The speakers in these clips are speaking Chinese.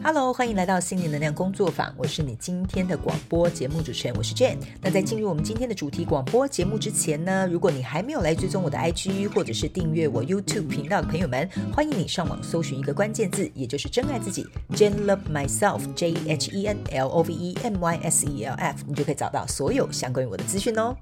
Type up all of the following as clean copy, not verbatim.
Hello， 欢迎来到心灵能量工作坊，我是你今天的广播节目主持人，我是 Jane。那在进入我们今天的主题广播节目之前呢，如果你还没有来追踪我的 IG 或者是订阅我 YouTube 频道的朋友们，欢迎你上网搜寻一个关键字，也就是真爱自己 Jane Love Myself JHENLOVEMYSELF， 你就可以找到所有相关于我的资讯哦。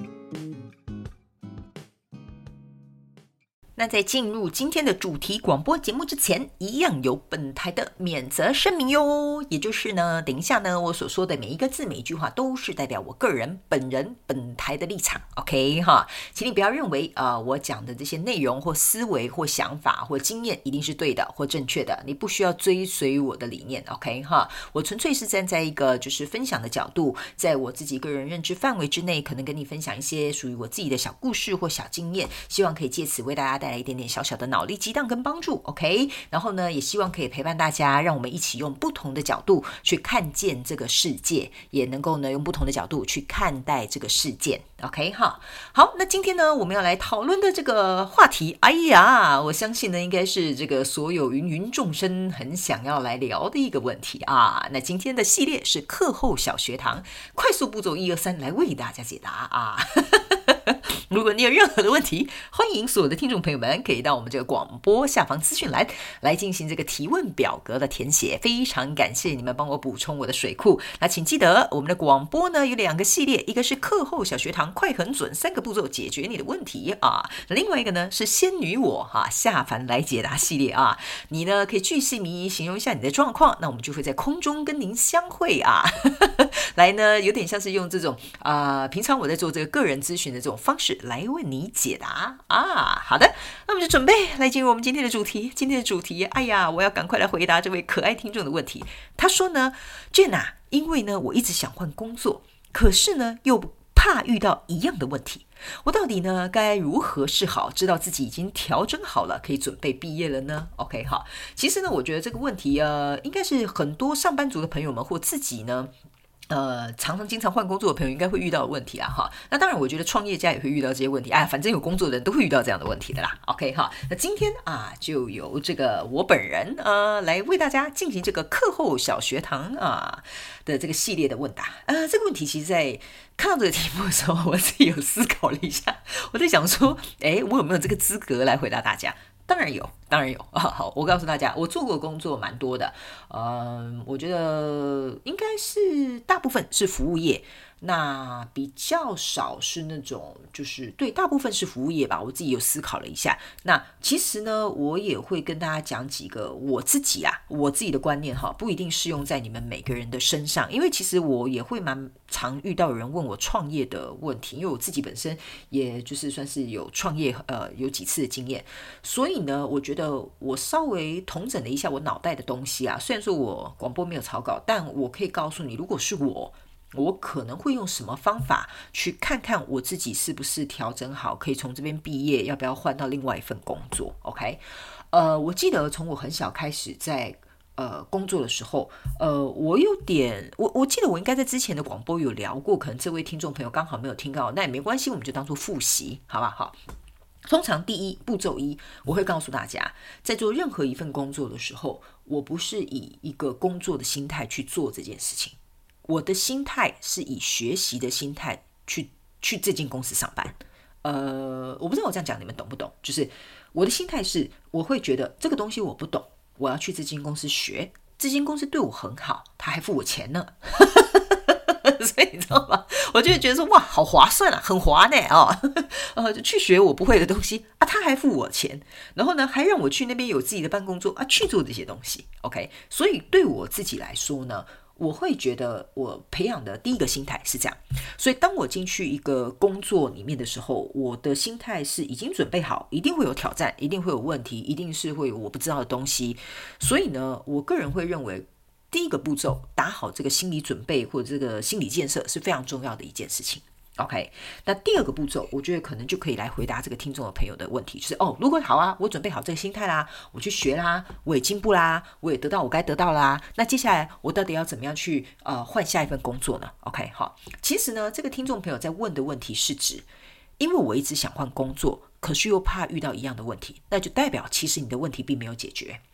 那在进入今天的主题广播节目之前，一样有本台的免责声明哟。也就是呢，等一下呢，我所说的每一个字每一句话都是代表我个人本台的立场 ，OK 哈，请你不要认为我讲的这些内容或思维或想法或经验一定是对的或正确的，你不需要追随我的理念 ，OK 哈，我纯粹是站在一个就是分享的角度，在我自己个人认知范围之内，可能跟你分享一些属于我自己的小故事或小经验，希望可以借此为大家带来一点点小小的脑力激荡跟帮助 OK， 然后呢也希望可以陪伴大家，让我们一起用不同的角度去看见这个世界，也能够呢用不同的角度去看待这个事件 OK 哈。好，那今天呢我们要来讨论的这个话题，哎呀，我相信呢应该是这个所有芸芸众生很想要来聊的一个问题啊。那今天的系列是课后小学堂，快速步骤1、2、3来为大家解答啊。如果你有任何的问题，欢迎所有的听众朋友们可以到我们这个广播下方资讯栏来进行这个提问表格的填写，非常感谢你们帮我补充我的水库。那请记得我们的广播呢有2个系列，一个是课后小学堂快很准3个步骤解决你的问题啊，另外一个呢是仙女我下凡来解答系列啊，你呢可以巨细靡遗形容一下你的状况，那我们就会在空中跟您相会啊。来呢有点像是用这种平常我在做这个个人咨询的这种方式来为你解答啊。好的，那我们就准备来进入我们今天的主题。今天的主题，哎呀，我要赶快来回答这位可爱听众的问题。他说呢 Jane 因为呢我一直想换工作，可是呢又怕遇到一样的问题，我到底呢该如何是好，知道自己已经调整好了，可以准备毕业了呢 OK 好，其实呢我觉得这个问题应该是很多上班族的朋友们或自己呢经常换工作的朋友应该会遇到的问题啦哈。那当然我觉得创业家也会遇到这些问题，反正有工作的人都会遇到这样的问题的啦 OK 哈。那今天就由这个我本人来为大家进行这个课后小学堂的这个系列的问答。这个问题其实在看到这个题目的时候，我自己有思考了一下，我在想说我有没有这个资格来回答大家。当然有好，我告诉大家，我做过工作蛮多的，我觉得应该是大部分是服务业，那比较少是那种就是对，大部分是服务业吧，我自己有思考了一下。那其实呢我也会跟大家讲几个我自己的观念不一定适用在你们每个人的身上，因为其实我也会蛮常遇到有人问我创业的问题，因为我自己本身也就是算是有创业有几次的经验，所以呢我觉得我稍微统整了一下我脑袋的东西虽然说我广播没有草稿，但我可以告诉你，如果是我可能会用什么方法去看看我自己是不是调整好，可以从这边毕业，要不要换到另外一份工作 OK。 我记得从我很小开始在工作的时候，我记得我应该在之前的广播有聊过，可能这位听众朋友刚好没有听到，那也没关系，我们就当做复习好不好。通常步骤1，我会告诉大家，在做任何一份工作的时候，我不是以一个工作的心态去做这件事情，我的心态是以学习的心态去这间公司上班。我不知道我这样讲你们懂不懂，就是我的心态是，我会觉得这个东西我不懂，我要去这间公司学，这间公司对我很好，他还付我钱呢。所以你知道吗？我就会觉得说，哇，好划算很划呢去学我不会的东西他还付我钱，然后呢还让我去那边有自己的办公桌去做这些东西 OK。 所以对我自己来说呢，我会觉得我培养的第一个心态是这样，所以当我进去一个工作里面的时候，我的心态是已经准备好，一定会有挑战，一定会有问题，一定是会有我不知道的东西。所以呢，我个人会认为第一个步骤，打好这个心理准备或者这个心理建设是非常重要的一件事情。OK， 那第2个步骤，我觉得可能就可以来回答这个听众的朋友的问题，就是如果好我准备好这个心态啦，我去学啦，我也进步啦，我也得到我该得到啦，那接下来我到底要怎么样去换下一份工作呢 ？OK， 好，其实呢，这个听众朋友在问的问题是指，因为我一直想换工作，可是又怕遇到一样的问题，那就代表其实你的问题并没有解决。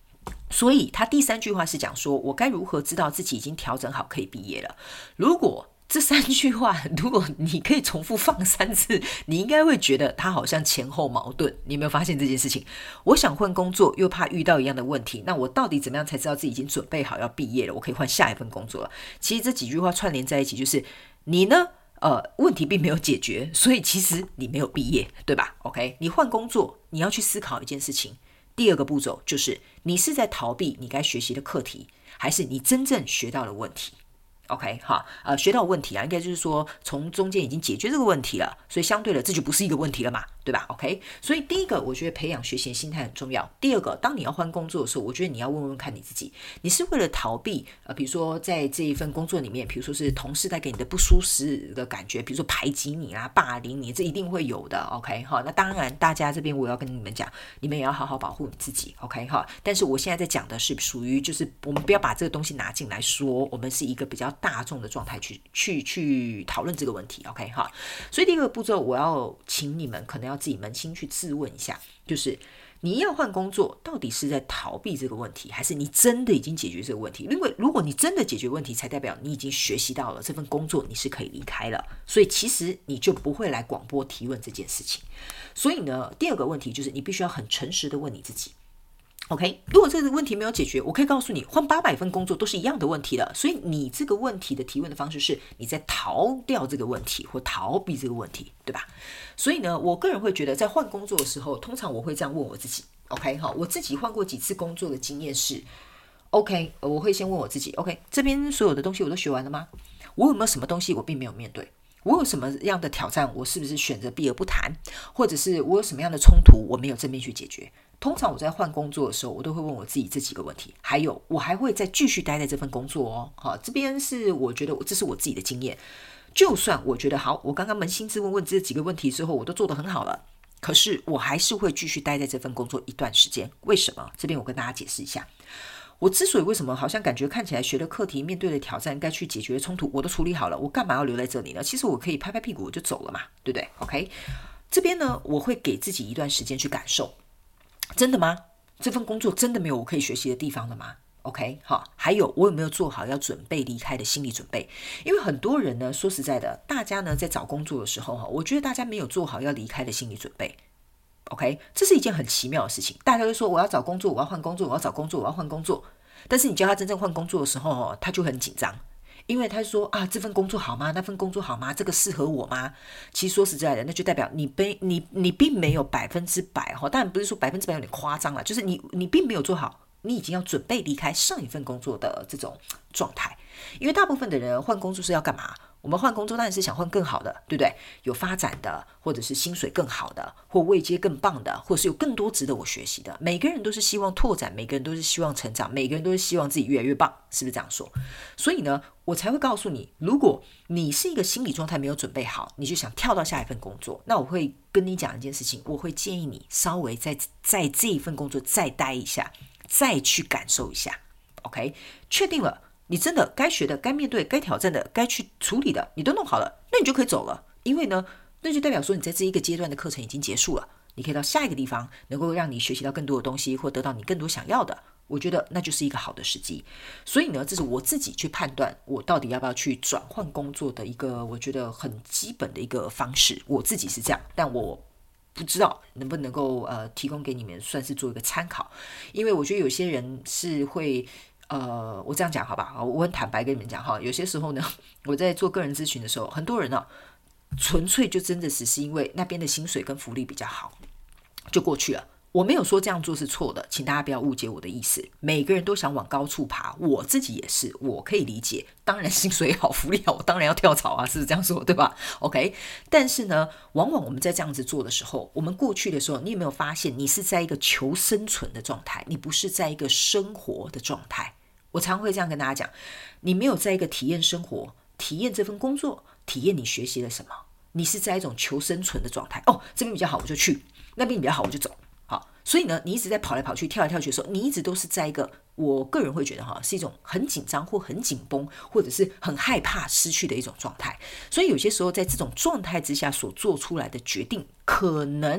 所以他第3句话是讲说，我该如何知道自己已经调整好可以毕业了？如果这3句话，如果你可以重复放3次，你应该会觉得他好像前后矛盾。你有没有发现这件事情？我想换工作，又怕遇到一样的问题，那我到底怎么样才知道自己已经准备好要毕业了？我可以换下一份工作了。其实这几句话串联在一起，就是你呢，问题并没有解决，所以其实你没有毕业，对吧 ？OK， 你换工作，你要去思考一件事情。第2个步骤就是你是在逃避你该学习的课题，还是你真正学到了问题？OK， 好，学到问题啊，应该就是说从中间已经解决这个问题了，所以相对的这就不是一个问题了嘛，对吧 ？OK， 所以第一个我觉得培养学习的心态很重要。第2个，当你要换工作的时候，我觉得你要问问看你自己，你是为了逃避比如说在这一份工作里面，比如说是同事带给你的不舒适的感觉，比如说排挤你啊、霸凌你，这一定会有的。OK， 好，那当然大家这边我要跟你们讲，你们也要好好保护你自己。OK， 好，但是我现在在讲的是属于就是我们不要把这个东西拿进来说，我们是一个比较大众的状态去讨论这个问题 ，OK 哈。所以第1个步骤，我要请你们可能要自己扪心去自问一下，就是你要换工作，到底是在逃避这个问题，还是你真的已经解决这个问题？因为如果你真的解决问题，才代表你已经学习到了这份工作，你是可以离开了，所以其实你就不会来广播提问这件事情。所以呢，第2个问题就是你必须要很诚实的问你自己。OK， 如果这个问题没有解决，我可以告诉你，换800份工作都是一样的问题了。所以你这个问题的提问的方式是你在逃掉这个问题或逃避这个问题，对吧？所以呢，我个人会觉得在换工作的时候，通常我会这样问我自己。OK， 好，我自己换过几次工作的经验是 ，OK， 我会先问我自己 ，OK， 这边所有的东西我都学完了吗？我有没有什么东西我并没有面对？我有什么样的挑战，我是不是选择避而不谈？或者是我有什么样的冲突，我没有正面去解决？通常我在换工作的时候，我都会问我自己这几个问题，还有我还会再继续待在这份工作哦。好，这边是我觉得这是我自己的经验。就算我觉得好，我刚刚扪心自问这几个问题之后，我都做得很好了，可是我还是会继续待在这份工作一段时间。为什么？这边我跟大家解释一下。我之所以为什么好像感觉看起来学的课题、面对的挑战、该去解决的冲突我都处理好了，我干嘛要留在这里呢？其实我可以拍拍屁股我就走了嘛，对不对 ？OK， 这边呢，我会给自己一段时间去感受。真的吗？这份工作真的没有我可以学习的地方了吗 ？OK， 好，还有我有没有做好要准备离开的心理准备？因为很多人呢，说实在的，大家呢在找工作的时候，我觉得大家没有做好要离开的心理准备。OK， 这是一件很奇妙的事情。大家都说我要找工作，我要换工作，我要找工作，我要换工作。但是你叫他真正换工作的时候，他就很紧张。因为他说啊，这份工作好吗？那份工作好吗？这个适合我吗？其实说实在的，那就代表你并没有100%哈，当然不是说100%有点夸张了，就是你并没有做好，你已经要准备离开上一份工作的这种状态。因为大部分的人换工作是要干嘛？我们换工作当然是想换更好的，对不对？有发展的，或者是薪水更好的，或位阶更棒的，或是有更多值得我学习的。每个人都是希望拓展，每个人都是希望成长，每个人都是希望自己越来越棒，是不是这样说？所以呢，我才会告诉你，如果你是一个心理状态没有准备好，你就想跳到下一份工作，那我会跟你讲一件事情，我会建议你稍微在这一份工作再待一下，再去感受一下。OK， 确定了。你真的该学的、该面对、该挑战的、该去处理的，你都弄好了，那你就可以走了。因为呢，那就代表说你在这一个阶段的课程已经结束了，你可以到下一个地方，能够让你学习到更多的东西，或得到你更多想要的。我觉得那就是一个好的时机。所以呢，这是我自己去判断我到底要不要去转换工作的一个我觉得很基本的一个方式。我自己是这样，但我不知道能不能够提供给你们，算是做一个参考。因为我觉得有些人是会。我这样讲好吧，我很坦白跟你们讲哈，有些时候呢，我在做个人咨询的时候，很多人呢，纯粹就真的只是因为那边的薪水跟福利比较好，就过去了。我没有说这样做是错的，请大家不要误解我的意思。每个人都想往高处爬，我自己也是，我可以理解。当然薪水好，福利好，我当然要跳槽啊，是不是这样说，对吧 ？OK。但是呢，往往我们在这样子做的时候，我们过去的时候，你有没有发现，你是在一个求生存的状态，你不是在一个生活的状态。我常会这样跟大家讲，你没有在一个体验生活、体验这份工作、体验你学习了什么，你是在一种求生存的状态。哦，这边比较好我就去，那边比较好我就走。好，所以呢，你一直在跑来跑去、跳来跳去的时候，你一直都是在一个，我个人会觉得是一种很紧张或很紧绷，或者是很害怕失去的一种状态。所以有些时候在这种状态之下所做出来的决定，可能看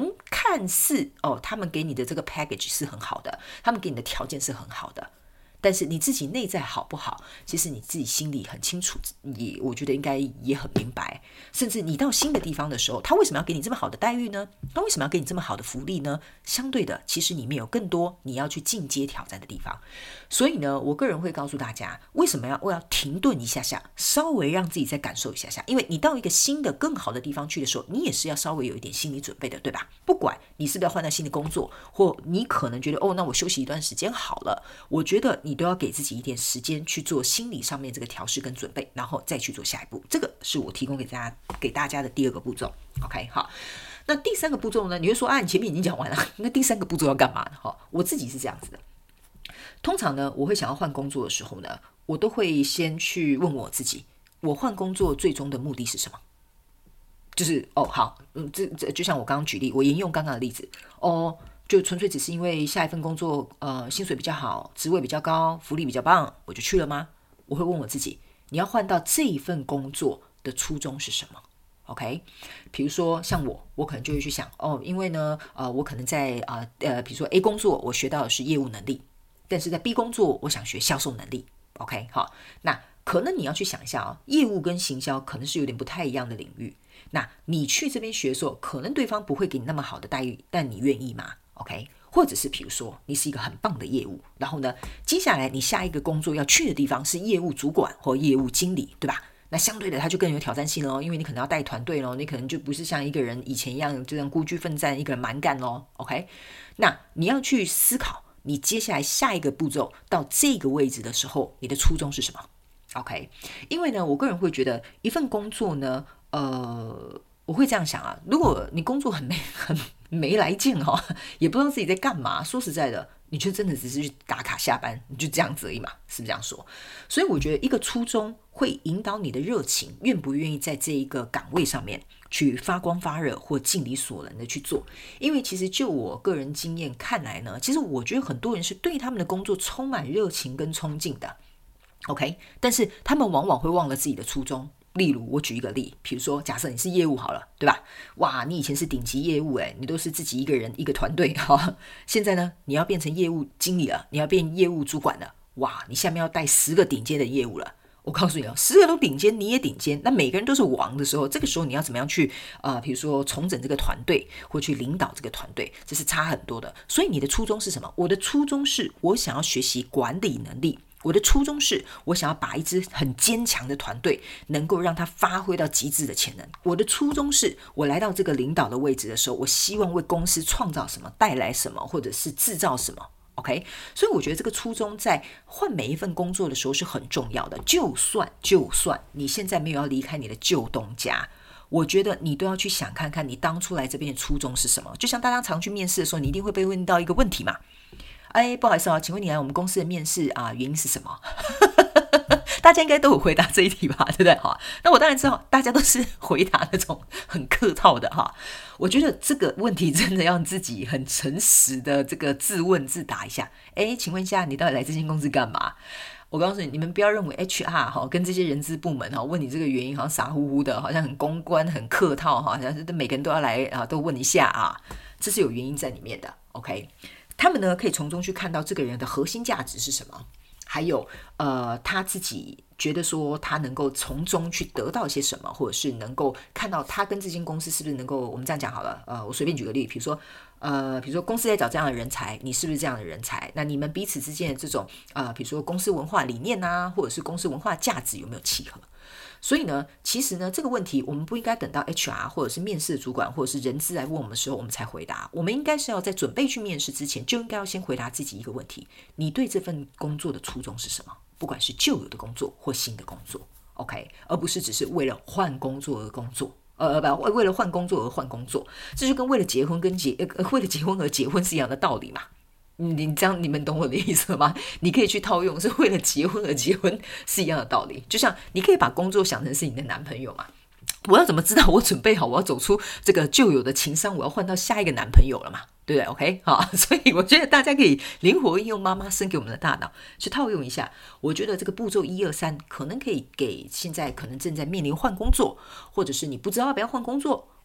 看似他们给你的这个 package 是很好的，他们给你的条件是很好的，但是你自己内在好不好，其实你自己心里很清楚，我觉得应该也很明白。甚至你到新的地方的时候，他为什么要给你这么好的待遇呢？他为什么要给你这么好的福利呢？相对的，其实里面有更多你要去进阶挑战的地方。所以呢，我个人会告诉大家，为什么我要停顿一下下，稍微让自己再感受一下下，因为你到一个新的更好的地方去的时候，你也是要稍微有一点心理准备的，对吧？不管你是不是要换到新的工作，或你可能觉得那我休息一段时间好了，我觉得你都要给自己一点时间去做心理上面这个调试跟准备，然后再去做下一步。这个是我提供给大家的第二个步骤。 OK， 好，那第三个步骤呢，你会说你前面已经讲完了，那第三个步骤要干嘛呢？我自己是这样子的，通常呢，我会想要换工作的时候呢，我都会先去问我自己，我换工作最终的目的是什么？就是好，这就像我刚刚举例，我沿用刚刚的例子，就纯粹只是因为下一份工作薪水比较好，职位比较高，福利比较棒，我就去了吗？我会问我自己，你要换到这一份工作的初衷是什么？OK， 比如说像我可能就会去想因为呢我可能在比如说 A 工作我学到的是业务能力，但是在 B 工作我想学销售能力。 OK， 好，那可能你要去想一下业务跟行销可能是有点不太一样的领域，那你去这边学的时候，可能对方不会给你那么好的待遇，但你愿意吗？ OK， 或者是比如说你是一个很棒的业务，然后呢接下来你下一个工作要去的地方是业务主管或业务经理，对吧？那相对的它就更有挑战性咯，因为你可能要带团队咯，你可能就不是像一个人以前一样这样孤军奋战，一个人蛮干咯。 OK， 那你要去思考你接下来下一个步骤到这个位置的时候，你的初衷是什么？ OK， 因为呢我个人会觉得一份工作呢我会这样想如果你工作很没来劲也不知道自己在干嘛，说实在的，你就真的只是去打卡下班，你就这样子而已嘛，是不是这样说？所以我觉得一个初衷会引导你的热情，愿不愿意在这一个岗位上面去发光发热或尽力所能的去做。因为其实就我个人经验看来呢，其实我觉得很多人是对他们的工作充满热情跟冲劲的 OK， 但是他们往往会忘了自己的初衷。例如我举一个例，比如说假设你是业务好了，对吧？哇，你以前是顶级业务你都是自己一个人一个团队现在呢你要变成业务经理了，你要变业务主管了，哇，你下面要带10个顶尖的业务了。我告诉你10个都顶尖，你也顶尖，那每个人都是王的时候，这个时候你要怎么样去比如说重整这个团队或去领导这个团队，这是差很多的。所以你的初衷是什么？我的初衷是我想要学习管理能力，我的初衷是我想要把一支很坚强的团队能够让它发挥到极致的潜能。我的初衷是我来到这个领导的位置的时候，我希望为公司创造什么，带来什么，或者是制造什么。OK， 所以我觉得这个初衷在换每一份工作的时候是很重要的。就算你现在没有要离开你的旧东家，我觉得你都要去想看看你当初来这边的初衷是什么。就像大家常去面试的时候，你一定会被问到一个问题嘛，不好意思请问你来我们公司的面试原因是什么？大家应该都有回答这一题吧，对不对？那我当然知道大家都是回答那种很客套的我觉得这个问题真的要自己很诚实的这个自问自答一下。请问一下你到底来这间公司干嘛？我告诉你，你们不要认为 HR 跟这些人资部门问你这个原因好像傻乎乎的，好像很公关很客套好像每个人都要来都问一下这是有原因在里面的。 OK， 他们呢可以从中去看到这个人的核心价值是什么，还有他自己觉得说他能够从中去得到一些什么，或者是能够看到他跟这间公司是不是能够，我们这样讲好了我随便举个例，比如说公司在找这样的人才，你是不是这样的人才？那你们彼此之间的这种比如说公司文化理念或者是公司文化价值有没有契合？所以呢，其实呢，这个问题我们不应该等到 HR 或者是面试的主管或者是人资来问我们的时候我们才回答，我们应该是要在准备去面试之前就应该要先回答自己一个问题，你对这份工作的初衷是什么？不管是旧有的工作或新的工作 OK， 而不是只是为了换工作而工作为了换工作而换工作，这就跟为了结婚而结婚是一样的道理嘛。你这样你们懂我的意思吗？你可以去套用是为了结婚而结婚是一样的道理，就像你可以把工作想成是你的男朋友嘛，我要怎么知道我准备好我要走出这个旧有的情商，我要换到下一个男朋友了嘛，对不对 ？OK 所以我觉得大家可以灵活应用妈妈生给我们的大脑去套用一下。我觉得这个步骤1、2、3可能可以给现在可能正在面临换工作，或者是你不知道要不要换工作，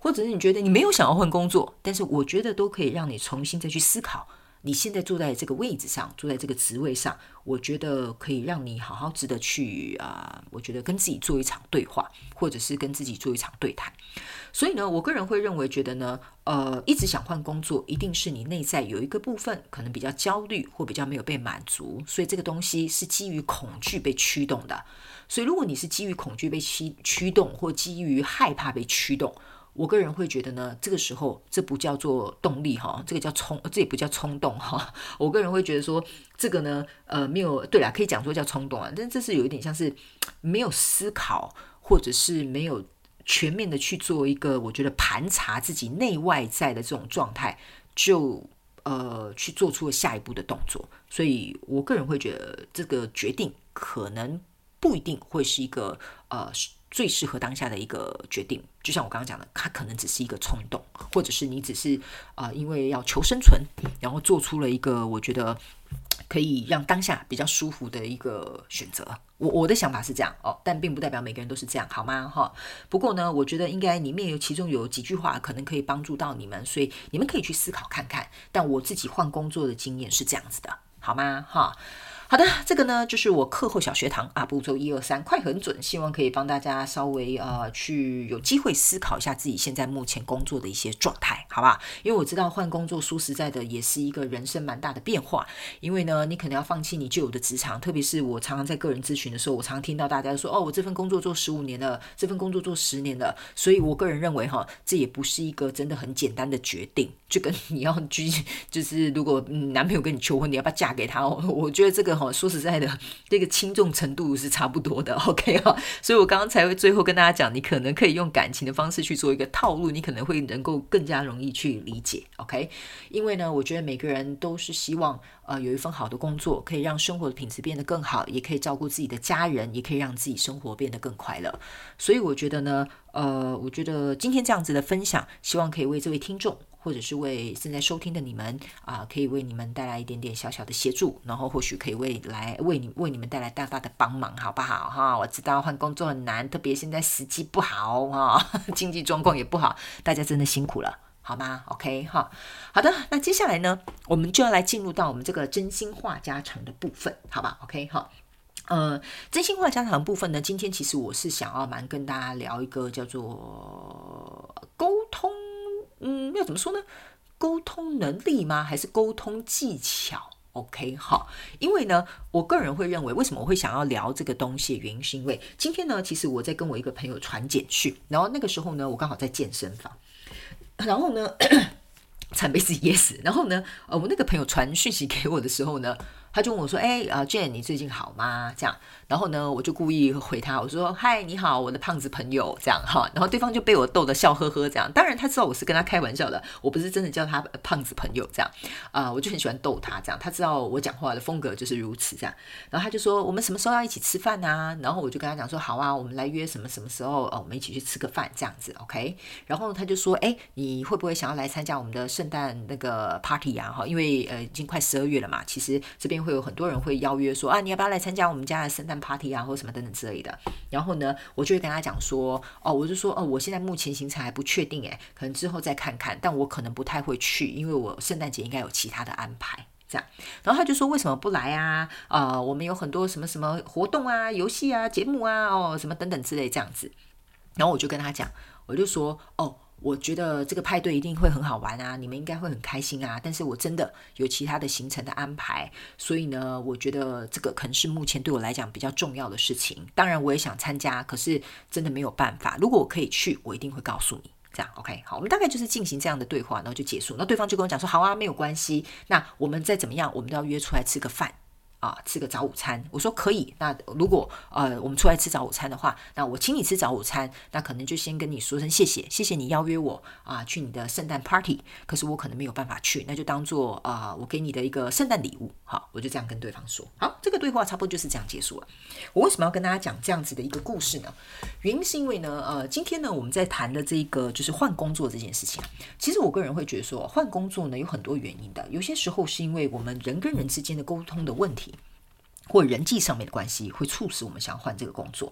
或者是你觉得你没有想要换工作，但是我觉得都可以让你重新再去思考，你现在坐在这个位置上，坐在这个职位上，我觉得可以让你好好值得去我觉得跟自己做一场对话，或者是跟自己做一场对谈。所以呢，我个人会认为觉得呢，一直想换工作，一定是你内在有一个部分可能比较焦虑或比较没有被满足，所以这个东西是基于恐惧被驱动的。所以如果你是基于恐惧被驱动，或基于害怕被驱动，我个人会觉得呢，这个时候这不叫做动力哈，这也不叫冲动哈。我个人会觉得说，这个呢，没有对啦，可以讲说叫冲动啊，但这是有一点像是没有思考，或者是没有全面的去做一个我觉得盘查自己内外在的这种状态，就去做出了下一步的动作。所以我个人会觉得这个决定可能不一定会是一个最适合当下的一个决定。就像我刚刚讲的，它可能只是一个冲动，或者是你只是因为要求生存，然后做出了一个我觉得可以让当下比较舒服的一个选择。我的想法是这样但并不代表每个人都是这样，好吗？不过呢，我觉得应该里面其中有几句话可能可以帮助到你们，所以你们可以去思考看看。但我自己换工作的经验是这样子的，好吗？好的，这个呢就是我课后小学堂步骤1、2、3，快很准，希望可以帮大家稍微去有机会思考一下自己现在目前工作的一些状态，好吧？因为我知道换工作说实在的也是一个人生蛮大的变化，因为呢你可能要放弃你旧有的职场，特别是我常常在个人咨询的时候，我常常听到大家说我这份工作做15年了，这份工作做10年了，所以我个人认为这也不是一个真的很简单的决定，就跟你要就是如果男朋友跟你求婚，你要不要嫁给他我觉得这个说实在的，这个轻重程度是差不多的 ，OK 所以我刚刚才会最后跟大家讲，你可能可以用感情的方式去做一个套路，你可能会能够更加容易去理解 ，OK？ 因为呢，我觉得每个人都是希望有一份好的工作，可以让生活的品质变得更好，也可以照顾自己的家人，也可以让自己生活变得更快乐。所以我觉得呢，我觉得今天这样子的分享，希望可以为这位听众，或者是为正在收听的你们可以为你们带来一点点小小的协助，然后或许可以为你们带来大大的帮忙，好不好我知道换工作很难，特别现在时机不好经济状况也不好，大家真的辛苦了，好吗 ？OK 好的，那接下来呢，我们就要来进入到我们这个真心话家常的部分，好吧 ？OK 真心话家常的部分呢，今天其实我是想要蛮跟大家聊一个叫做沟通。要怎么说呢？沟通能力吗？还是沟通技巧 ？OK， 好，因为呢，我个人会认为，为什么我会想要聊这个东西的原因，是因为今天呢，其实我在跟我一个朋友传简讯，然后那个时候呢，我刚好在健身房，然后呢，惨被自己噎死。然后呢，我那个朋友传讯息给我的时候呢，他就问我说：“Jane， 你最近好吗？”这样，然后呢，我就故意回他，我说：“嗨，你好，我的胖子朋友。”这样然后对方就被我逗得笑呵呵，这样。当然他知道我是跟他开玩笑的，我不是真的叫他胖子朋友这样。我就很喜欢逗他这样，他知道我讲话的风格就是如此这样。然后他就说：“我们什么时候要一起吃饭啊？”然后我就跟他讲说：“好啊，我们来约什么时候我们一起去吃个饭这样子 ，OK？” 然后他就说：“你会不会想要来参加我们的圣诞那个 party 啊？因为已经快12月了嘛，其实这边会有很多人会邀约说你要不要来参加我们家的圣诞 party 啊，或什么等等之类的。”然后呢，我就会跟他讲说我就说我现在目前行程还不确定可能之后再看看，但我可能不太会去，因为我圣诞节应该有其他的安排。这样，然后他就说为什么不来啊？我们有很多什么什么活动啊、游戏啊、节目啊，什么等等之类这样子。然后我就跟他讲，我就说我觉得这个派对一定会很好玩啊，你们应该会很开心啊，但是我真的有其他的行程的安排，所以呢，我觉得这个可能是目前对我来讲比较重要的事情。当然我也想参加，可是真的没有办法，如果我可以去，我一定会告诉你。这样 OK 好，我们大概就是进行这样的对话，然后就结束。那对方就跟我讲说好啊，没有关系，那我们再怎么样，我们都要约出来吃个饭吃个早午餐。我说可以，那如果我们出来吃早午餐的话，那我请你吃早午餐，那可能就先跟你说声谢谢，谢谢你邀约我去你的圣诞 party， 可是我可能没有办法去，那就当做我给你的一个圣诞礼物。好，我就这样跟对方说。好，这个对话差不多就是这样结束了。我为什么要跟大家讲这样子的一个故事呢？原因是因为呢，今天呢我们在谈的这个就是换工作这件事情其实我个人会觉得说，换工作呢有很多原因的，有些时候是因为我们人跟人之间的沟通的问题，或人际上面的关系会促使我们想换这个工作。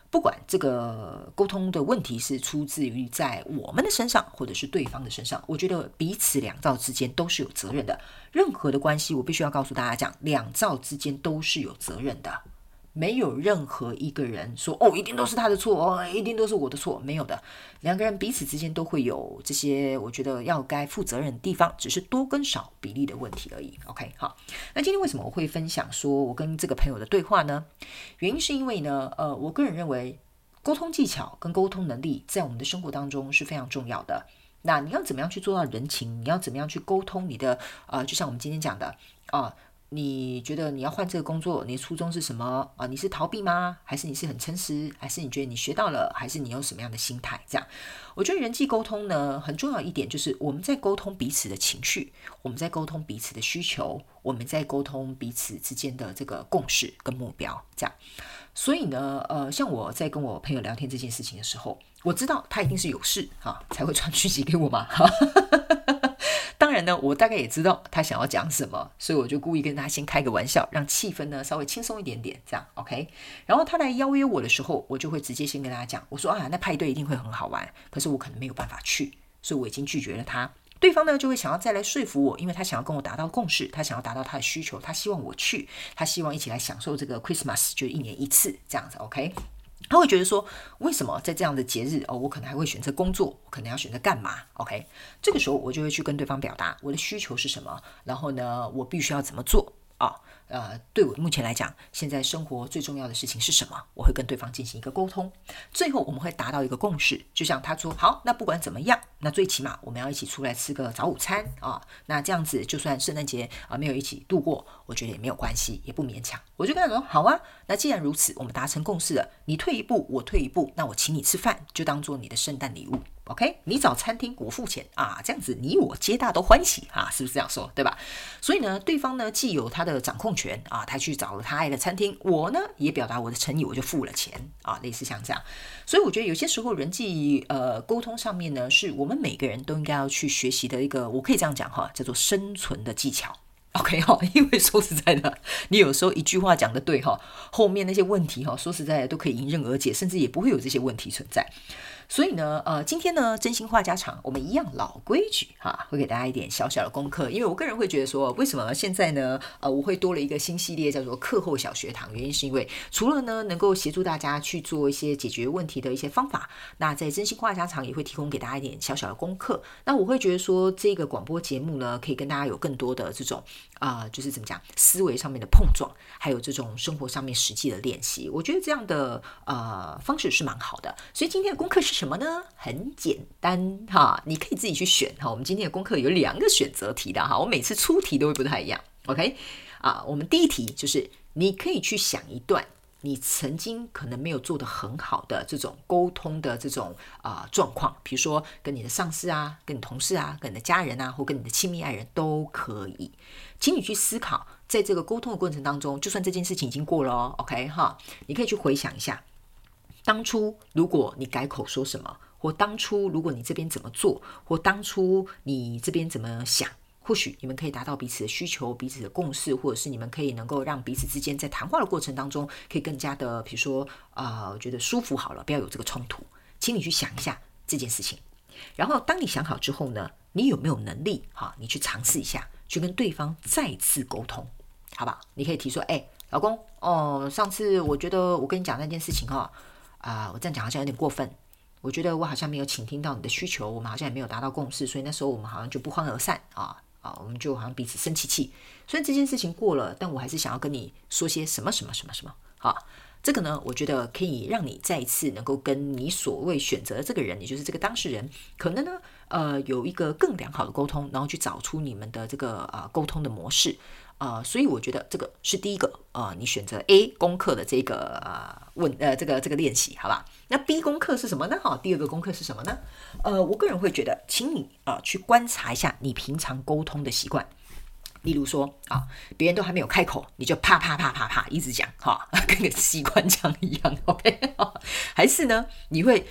不管这个沟通的问题是出自于在我们的身上，或者是对方的身上，我觉得彼此两造之间都是有责任的。任何的关系，我必须要告诉大家讲，两造之间都是有责任的。没有任何一个人说一定都是他的错一定都是我的错，没有的。两个人彼此之间都会有这些我觉得要该负责任的地方，只是多跟少比例的问题而已。 OK， 好，那今天为什么我会分享说我跟这个朋友的对话呢？原因是因为呢我个人认为沟通技巧跟沟通能力在我们的生活当中是非常重要的。那你要怎么样去做到人情，你要怎么样去沟通你的就像我们今天讲的你觉得你要换这个工作，你的初衷是什么你是逃避吗？还是你是很诚实？还是你觉得你学到了？还是你有什么样的心态？这样，我觉得人际沟通呢，很重要一点就是我们在沟通彼此的情绪，我们在沟通彼此的需求，我们在沟通彼此之间的这个共识跟目标，这样。所以呢，像我在跟我朋友聊天这件事情的时候，我知道他一定是有事才会传讯息给我嘛。当然呢，我大概也知道他想要讲什么，所以我就故意跟他先开个玩笑，让气氛呢稍微轻松一点点，这样 OK。然后他来邀约我的时候，我就会直接先跟他讲，我说那派对一定会很好玩，可是我可能没有办法去，所以我已经拒绝了他。对方呢就会想要再来说服我，因为他想要跟我达到共识，他想要达到他的需求，他希望我去，他希望一起来享受这个 Christmas， 就一年一次这样子 OK。他会觉得说，为什么在这样的节日我可能还会选择工作，我可能要选择干嘛 OK。 这个时候我就会去跟对方表达我的需求是什么，然后呢我必须要怎么做对我目前来讲，现在生活最重要的事情是什么？我会跟对方进行一个沟通，最后我们会达到一个共识。就像他说，好，那不管怎么样，那最起码我们要一起出来吃个早午餐那这样子就算圣诞节没有一起度过，我觉得也没有关系，也不勉强。我就跟他说，好啊，那既然如此，我们达成共识了，你退一步，我退一步，那我请你吃饭，就当做你的圣诞礼物。OK， 你找餐厅我付钱这样子你我皆大都欢喜是不是这样说，对吧？所以呢，对方呢既有他的掌控权他去找了他爱的餐厅，我呢也表达我的诚意，我就付了钱类似像这样。所以我觉得有些时候人际沟通上面呢，是我们每个人都应该要去学习的一个，我可以这样讲叫做生存的技巧。OK 因为说实在的，你有时候一句话讲得对后面那些问题说实在的都可以迎刃而解，甚至也不会有这些问题存在。所以呢，今天呢，真心话家常，我们一样老规矩会给大家一点小小的功课。因为我个人会觉得说，为什么现在呢，我会多了一个新系列叫做课后小学堂，原因是因为除了呢能够协助大家去做一些解决问题的一些方法，那在真心话家常也会提供给大家一点小小的功课。那我会觉得说，这个广播节目呢，可以跟大家有更多的这种就是怎么讲，思维上面的碰撞，还有这种生活上面实际的练习，我觉得这样的方式是蛮好的。所以今天的功课是什么呢？很简单你可以自己去选我们今天的功课有2个选择题的我每次出题都会不太一样 OK 我们第一题就是你可以去想一段你曾经可能没有做得很好的这种沟通的这种状况，比如说跟你的上司跟你同事跟你的家人或跟你的亲密爱人都可以，请你去思考，在这个沟通的过程当中，就算这件事情已经过了OK 你可以去回想一下，当初如果你改口说什么，或当初如果你这边怎么做，或当初你这边怎么想，或许你们可以达到彼此的需求，彼此的共识，或者是你们可以能够让彼此之间在谈话的过程当中可以更加的比如说我觉得舒服好了，不要有这个冲突。请你去想一下这件事情，然后当你想好之后呢，你有没有能力你去尝试一下，去跟对方再次沟通，好不好？你可以提说老公上次我觉得我跟你讲那件事情我这样讲好像有点过分，我觉得我好像没有倾听到你的需求，我们好像也没有达到共识，所以那时候我们好像就不欢而散我们就好像彼此生气，所以这件事情过了，但我还是想要跟你说些什么什么什么什么这个呢，我觉得可以让你再一次能够跟你所谓选择的这个人，也就是这个当事人，可能呢有一个更良好的沟通，然后去找出你们的这个沟通的模式所以我觉得这个是第一个你选择 A 功课的这个这个练习，好吧？那 B 功课是什么呢？第二个功课是什么呢？我个人会觉得，请你去观察一下你平常沟通的习惯。例如说别人都还没有开口，你就啪啪啪啪啪一直讲跟个机关枪一样 OK 还是呢你会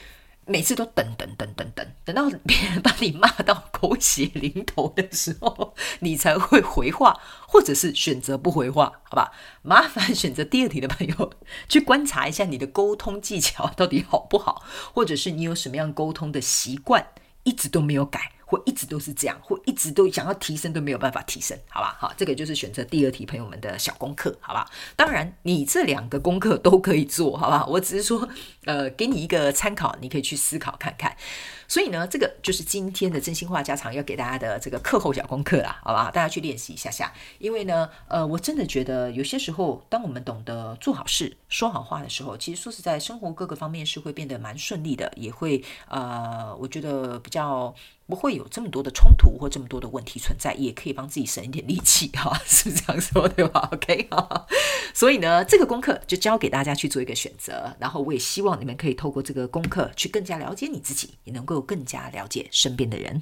每次都等到别人把你骂到狗血淋头的时候，你才会回话，或者是选择不回话，好吧？麻烦选择第二题的朋友去观察一下你的沟通技巧到底好不好，或者是你有什么样沟通的习惯一直都没有改，或一直都是这样，或一直都想要提升都没有办法提升，好吧？好，这个就是选择第二题朋友们的小功课，好吧？当然你这2个功课都可以做，好吧？我只是说给你一个参考，你可以去思考看看。所以呢，这个就是今天的真心话家常要给大家的这个课后小功课啦，好吧？大家去练习一下下。因为呢我真的觉得有些时候当我们懂得做好事说好话的时候，其实说实在生活各个方面是会变得蛮顺利的，也会我觉得比较不会有这么多的冲突或这么多的问题存在，也可以帮自己省一点力气哈，是这样说对吧 ？OK 所以呢，这个功课就交给大家去做一个选择，然后我也希望你们可以透过这个功课去更加了解你自己，也能够更加了解身边的人。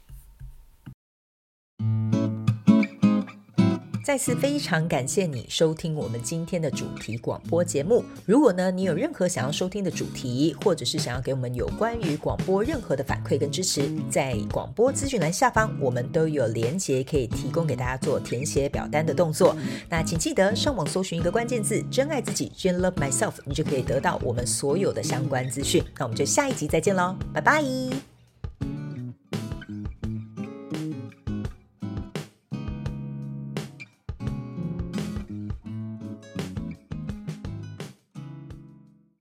再次非常感谢你收听我们今天的主题广播节目。如果呢你有任何想要收听的主题，或者是想要给我们有关于广播任何的反馈跟支持，在广播资讯栏下方我们都有连结可以提供给大家做填写表单的动作。那请记得上网搜寻一个关键字真爱自己 Jen Love Myself， 你就可以得到我们所有的相关资讯。那我们就下一集再见咯，拜拜。